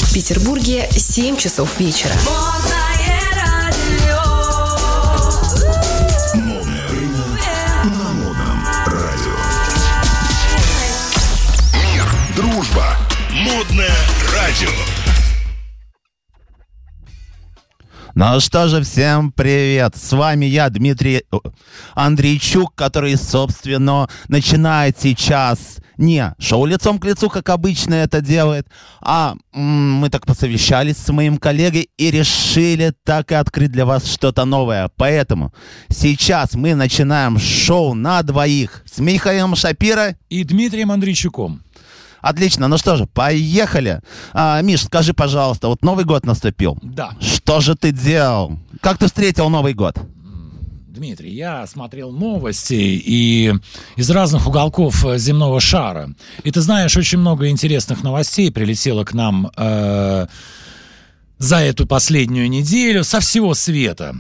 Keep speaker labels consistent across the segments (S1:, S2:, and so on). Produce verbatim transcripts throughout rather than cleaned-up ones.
S1: В Петербурге семь часов вечера.
S2: Дружба. Модное радио.
S3: Ну что же, всем привет! С вами я, Дмитрий Андрейчук, который, собственно, начинает сейчас не шоу «Лицом к лицу», как обычно это делает, а м- мы так посовещались с моим коллегой и решили так и открыть для вас что-то новое. Поэтому сейчас мы начинаем шоу на двоих с Михаилом Шапиро
S4: и Дмитрием Андрейчуком.
S3: Отлично, ну что же, поехали. А, Миш, скажи, пожалуйста, вот Новый год наступил.
S4: Да.
S3: Что же ты делал? Как ты встретил Новый год?
S4: Дмитрий, я смотрел новости и из разных уголков земного шара. И ты знаешь, очень много интересных новостей прилетело к нам э, за эту последнюю неделю со всего света.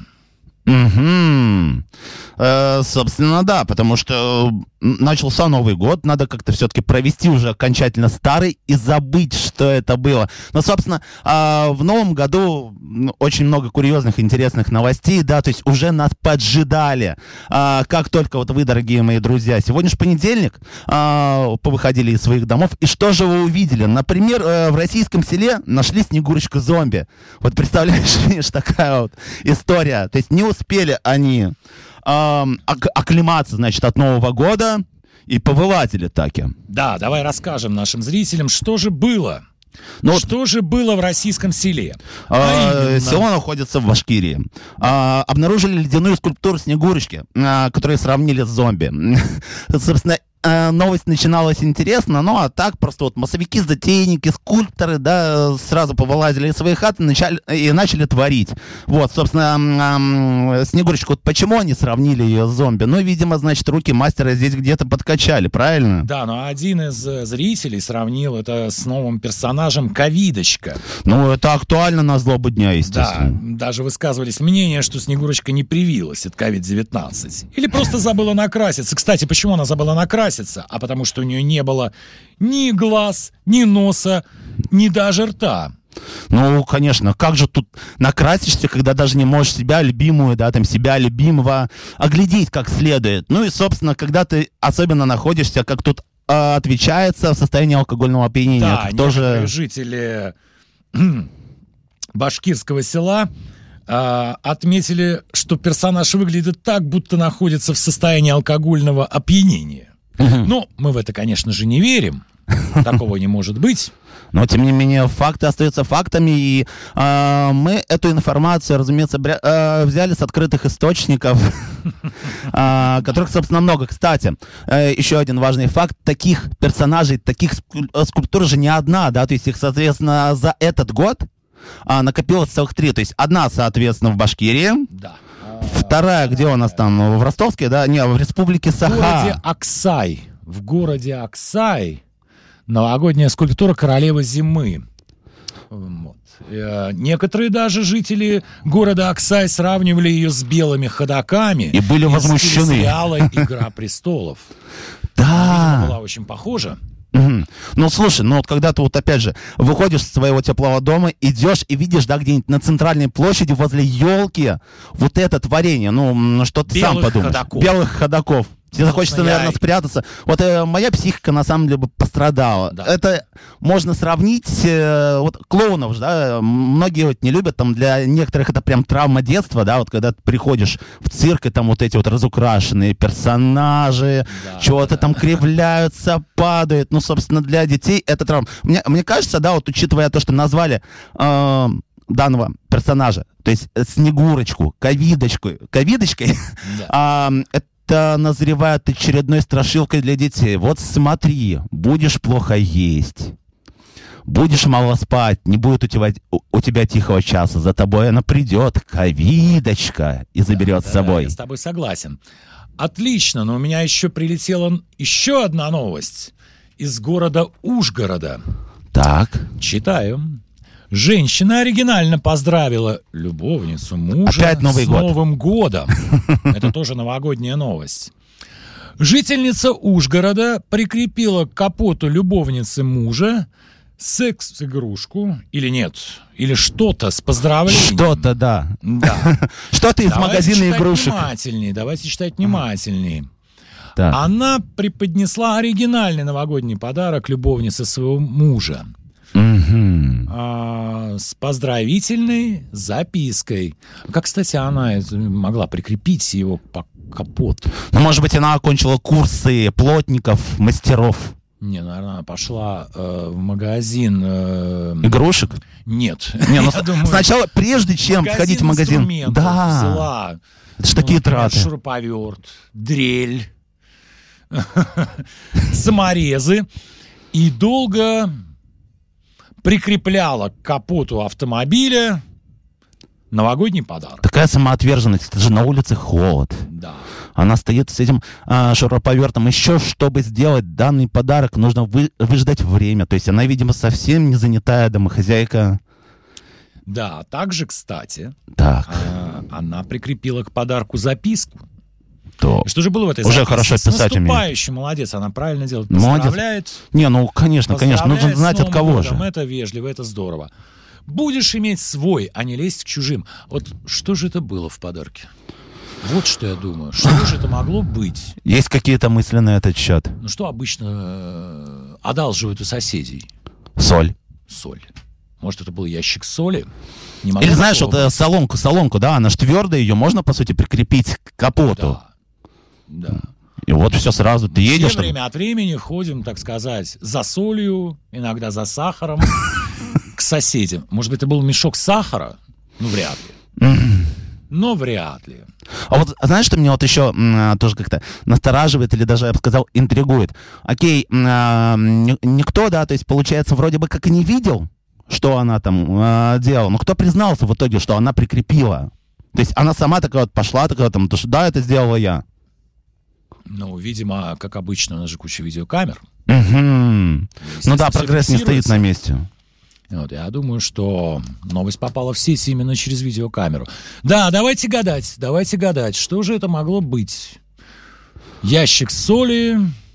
S3: Угу. Э, собственно, да, потому что начался Новый год, надо как-то все-таки провести уже окончательно старый и забыть, что это было. Но, собственно, э, в Новом году очень много курьезных, интересных новостей, да, то есть уже нас поджидали. Э, как только вот вы, дорогие мои друзья, сегодня же понедельник, э, повыходили из своих домов, и что же вы увидели? Например, э, в российском селе нашли Снегурочку-зомби. Вот представляешь, видишь, такая вот история. То есть не успели они эм, ак- оклематься, значит, от Нового года и повылазили таки.
S4: Да, давай расскажем нашим зрителям, что же было.
S3: Ну,
S4: что же было в российском селе?
S3: Э, а село находится в Башкирии. Э, обнаружили ледяную скульптуру Снегурочки, э, которую сравнили с зомби. Собственно, э, новость начиналась интересно, ну а так просто вот массовики, затейники, скульпторы, да, сразу повылазили из своих хат и начали, и начали творить. Вот, собственно, э, Снегурочку, вот почему они сравнили ее с зомби? Ну, видимо, значит, руки мастера здесь где-то подкачали, правильно?
S4: Да, но один из зрителей сравнил это с новым персонажем Ковидочка.
S3: Ну, это актуально на злобу дня, естественно.
S4: Да, даже высказывались мнения, что Снегурочка не привилась от ковид девятнадцать. Или просто забыла накраситься. Кстати, почему она забыла накраситься? А потому что у нее не было ни глаз, ни носа, ни даже рта.
S3: Ну, конечно, как же тут накрасишься, когда даже не можешь себя любимую, да, там, себя любимого оглядеть как следует. Ну и, собственно, когда ты особенно находишься, как тут э, отвечается, в состоянии алкогольного опьянения.
S4: Да,
S3: как
S4: некоторые
S3: тоже...
S4: жители башкирского села э, отметили, что персонаж выглядит так, будто находится в состоянии алкогольного опьянения. Ну, мы в это, конечно же, не верим. Такого не может быть.
S3: Но, тем не менее, факты остаются фактами, и э, мы эту информацию, разумеется, бря- э, взяли с открытых источников, э, которых, собственно, много. Кстати, э, еще один важный факт: таких персонажей, таких скуль- скульптур же не одна, да, то есть их, соответственно, за этот год э, накопилось целых три. То есть одна, соответственно, в Башкирии,
S4: Да.
S3: вторая, где у нас там, в Ростовске, да, не, в Республике
S4: В городе
S3: Саха.
S4: Аксай. В городе Аксай новогодняя скульптура королевы зимы. Вот. Э, некоторые даже жители города Аксай сравнивали ее с белыми ходоками
S3: И были
S4: из
S3: возмущены.
S4: сериала «Игра престолов».
S3: Да.
S4: Она была очень похожа.
S3: Угу. Ну, слушай, ну вот когда ты вот опять же выходишь из своего теплого дома, идешь и видишь, да, где-нибудь на центральной площади возле елки вот это творение, ну, что ты сам
S4: Белых
S3: подумаешь.
S4: ходоков.
S3: Белых ходоков. Тебе захочется,
S4: Собственно,
S3: наверное,
S4: я-
S3: спрятаться. Вот э, моя психика, на самом деле, пострадала.
S4: Да.
S3: Это можно сравнить, э, вот клоунов же, да, многие вот не любят, там для некоторых это прям травма детства, да, вот когда ты приходишь в цирк, и там вот эти вот разукрашенные персонажи,
S4: Да,
S3: чего-то
S4: да.
S3: там кривляются, падают. Ну, собственно, для детей это травма. Мне, мне кажется, да, вот учитывая то, что назвали э, данного персонажа, то есть э, Снегурочку, ковидочку, ковидочкой,
S4: Да.
S3: э, это назревает очередной страшилкой для детей. Вот смотри, будешь плохо есть, будешь мало спать, не будет у тебя, у, у тебя тихого часа, за тобой она придет, ковидочка, и заберет
S4: Да,
S3: с собой.
S4: я с тобой согласен. Отлично, но у меня еще прилетела еще одна новость из города Ужгорода.
S3: Так.
S4: Читаю. Женщина оригинально поздравила любовницу мужа
S3: Опять Новый
S4: с
S3: год.
S4: Новым годом. Это тоже новогодняя новость. Жительница Ужгорода прикрепила к капоту любовницы мужа секс-игрушку или нет? Или что-то с поздравлением?
S3: Что-то, да.
S4: Да.
S3: Что-то из магазина игрушек.
S4: Давайте читать внимательнее, давайте читать внимательнее.
S3: Так.
S4: Она преподнесла оригинальный новогодний подарок любовнице своего мужа.
S3: Мгм.
S4: А, с поздравительной запиской. Как, кстати, она это могла прикрепить его по капоту?
S3: Ну, может быть, она окончила курсы плотников, мастеров
S4: Не, наверное, она пошла э, в магазин... э,
S3: игрушек.
S4: Нет.
S3: Не, ну
S4: Я думаю,
S3: сначала, прежде чем сходить в магазин.
S4: инструментов
S3: Да.
S4: взяла.
S3: Это ж
S4: Ну,
S3: такие
S4: например,
S3: траты.
S4: шуруповерт, дрель, саморезы. И долго прикрепляла к капоту автомобиля новогодний подарок.
S3: Такая самоотверженность. Это же на улице холод.
S4: Да.
S3: Она стоит с этим а, шуруповертом. Еще, чтобы сделать данный подарок, нужно вы, выждать время. То есть она, видимо, совсем не занятая домохозяйка.
S4: Да, также, кстати,
S3: Так,
S4: а, она прикрепила к подарку записку.
S3: то...
S4: Что же было в этой
S3: Уже
S4: записке?
S3: хорошо
S4: С
S3: писать умеет.
S4: наступающим, молодец, она правильно делает.
S3: Молодец.
S4: Поздравляет.
S3: Не, ну, конечно, конечно. Нужно
S4: Поздравляет
S3: знать,
S4: с
S3: от
S4: Новым
S3: кого
S4: годом.
S3: же.
S4: Это вежливо, это здорово. Будешь иметь свой, а не лезть к чужим. Вот что же это было в подарке? Вот что я думаю. Что же это могло быть?
S3: Есть какие-то мысли на этот счет?
S4: Ну что обычно э, одалживают у соседей?
S3: Соль.
S4: Соль. Может, это был ящик соли? Не могло
S3: Или знаешь,
S4: такого
S3: вот э,
S4: быть?
S3: солонку, солонку, да, она же твердая, ее можно, по сути, прикрепить к капоту.
S4: Да. Да.
S3: И вот все сразу, ты едешь.
S4: Все
S3: там-
S4: время от времени ходим, так сказать, за солью, иногда за сахаром к соседям. Может быть, это был мешок сахара? Ну, вряд ли. Но вряд ли.
S3: А вот знаешь, что меня вот еще м, тоже как-то настораживает, или даже, я бы сказал, интригует? Окей, м, а, ни- никто, да, то есть, получается, вроде бы как и не видел, что она там а, делала, но кто признался в итоге, что она прикрепила? То есть она сама такая вот пошла, такая там, что да, это сделала я.
S4: Ну, видимо, как обычно, у нас же куча видеокамер.
S3: Мгм. Ну да,
S4: Естественно, всё
S3: прогресс не стоит
S4: фиксируется.
S3: на месте.
S4: Вот, я думаю, что новость попала в сеть именно через видеокамеру. Да, давайте гадать, давайте гадать, что же это могло быть? Ящик соли,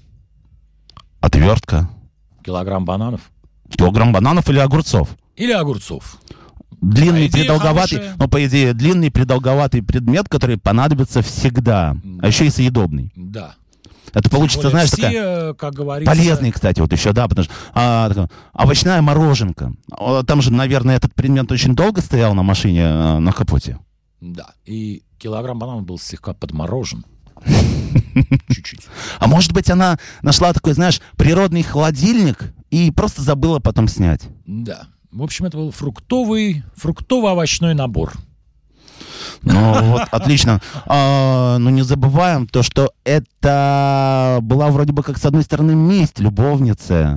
S3: Отвертка.
S4: килограмм бананов
S3: Килограмм бананов или огурцов?
S4: или огурцов.
S3: Длинный,
S4: А идея
S3: придолговатый,
S4: хорошая.
S3: ну, по идее, длинный, придолговатый предмет, который понадобится всегда.
S4: Да.
S3: А еще и съедобный.
S4: Да.
S3: Это получится,
S4: Тем более
S3: знаешь,
S4: все,
S3: такая...
S4: как говорится...
S3: Полезный, кстати, вот еще, да, потому что а, такая, овощная мороженка. А, Там же, наверное, этот предмет очень долго стоял на машине, а, на капоте.
S4: Да, и килограмм бананов был слегка подморожен. Чуть-чуть.
S3: А может быть, она нашла такой, знаешь, природный холодильник и просто забыла потом снять.
S4: Да. В общем, это был фруктовый, фруктово-овощной набор.
S3: Ну вот, отлично. А, ну не забываем то, что это была вроде бы как с одной стороны месть любовницы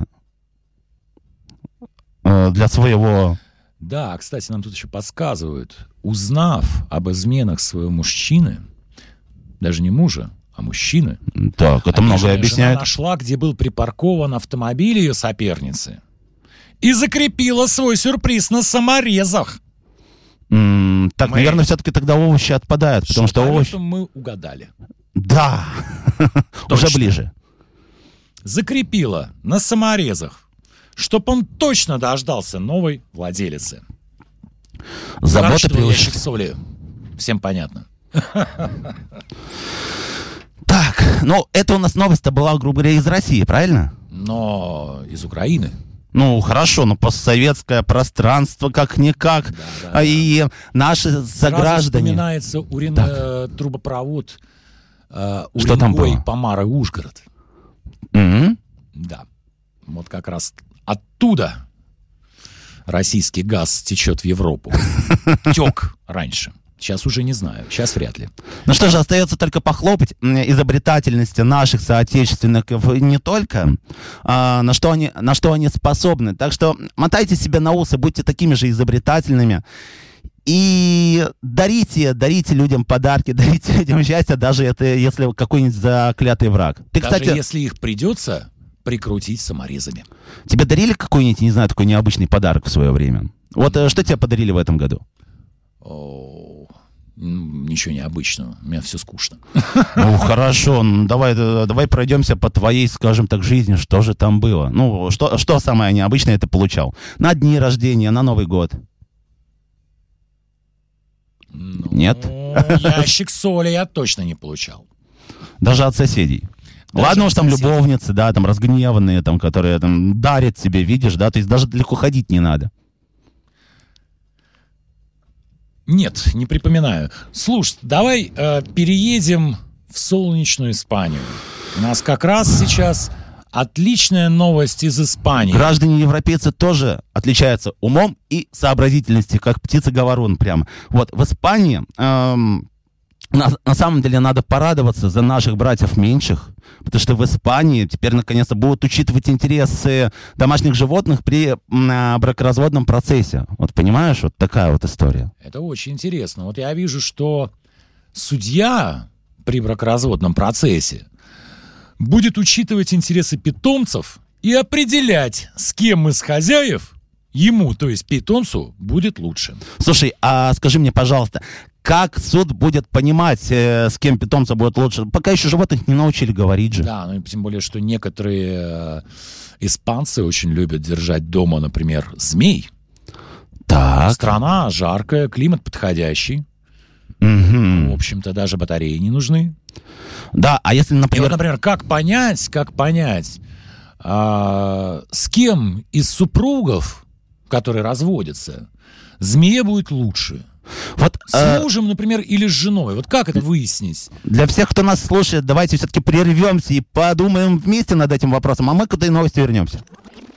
S3: э, для своего...
S4: Да, кстати, нам тут еще подсказывают. Узнав об изменах своего мужчины, даже не мужа, а мужчины,
S3: Так, это многое
S4: обиженная
S3: объясняет.
S4: жена нашла, где был припаркован автомобиль ее соперницы, и закрепила свой сюрприз на саморезах.
S3: М, так,
S4: Мы-
S3: наверное, все-таки тогда овощи отпадают, потому что овощи...
S4: Шоколадом мы угадали.
S3: Да, уже
S4: Точно.
S3: ближе.
S4: Закрепила на саморезах, чтоб он точно дождался новой владелицы.
S3: Забота
S4: Выращивал ящик
S3: превыше...
S4: соли. Всем понятно.
S3: Так, ну это у нас новость-то была, грубо говоря, из России, правильно?
S4: Но из Украины.
S3: Ну, хорошо, но постсоветское пространство как-никак.
S4: Да, да,
S3: А И наши
S4: Сразу
S3: сограждане...
S4: вспоминается урин,
S3: Так.
S4: э, трубопровод э,
S3: Что там
S4: Уренгой,
S3: было?
S4: Помара, Ужгород.
S3: М?
S4: Да. Вот как раз оттуда российский газ течет в Европу. Тек раньше. Сейчас уже не знаю. Сейчас вряд ли.
S3: Ну что же, остается только похлопать м, изобретательности наших соотечественников и не только, а, на, что они, на что они способны. Так что мотайте себе на ус и будьте такими же изобретательными. И дарите, дарите людям подарки, дарите людям счастье, даже это, если какой-нибудь заклятый враг. Ты,
S4: Даже
S3: кстати,
S4: если их придется прикрутить саморезами.
S3: тебе дарили какой-нибудь, не знаю, такой необычный подарок в свое время? Вот э, что тебе подарили в этом году?
S4: О, Ничего необычного. У меня все скучно.
S3: Ну, хорошо. Ну, давай, давай пройдемся по твоей, скажем так, жизни. Что же там было? Ну, что, что самое необычное ты получал? На дни рождения, на Новый год?
S4: Ну,
S3: Нет?
S4: Ящик соли я точно не получал.
S3: Даже от соседей?
S4: Даже
S3: Ладно уж, там
S4: соседей.
S3: любовницы, да, там разгневанные, там, которые там дарят тебе, видишь, да, то есть даже далеко ходить не надо.
S4: Нет, не припоминаю. Слушай, давай э, переедем в солнечную Испанию. У нас как раз сейчас отличная новость из Испании.
S3: Граждане европейцы тоже отличаются умом и сообразительностью, как птица-говорун прям. Вот в Испании эм, на, на самом деле надо порадоваться за наших братьев меньших, потому что в Испании теперь наконец-то будут учитывать интересы домашних животных при м, бракоразводном процессе. Вот понимаешь, вот такая вот история.
S4: Это очень интересно. Вот я вижу, что судья при бракоразводном процессе будет учитывать интересы питомцев и определять, с кем из хозяев ему, то есть питомцу, будет лучше.
S3: Слушай, а скажи мне, пожалуйста, как суд будет понимать, э, с кем питомца будет лучше? Пока еще животных не научили говорить же.
S4: Да, ну и тем более, что некоторые э, испанцы очень любят держать дома, например, змей.
S3: Так.
S4: Страна жаркая, климат подходящий.
S3: Мгм.
S4: В общем-то, даже батареи не нужны.
S3: Да, а если,
S4: И вот,
S3: например...
S4: например, как понять, как понять, а, с кем из супругов, которые разводятся, змее будет лучше?
S3: Вот,
S4: С
S3: э,
S4: мужем, например, или с женой? Вот как это выяснить?
S3: для всех, кто нас слушает, давайте все-таки прервемся и подумаем вместе над этим вопросом, а мы к этой новости вернемся.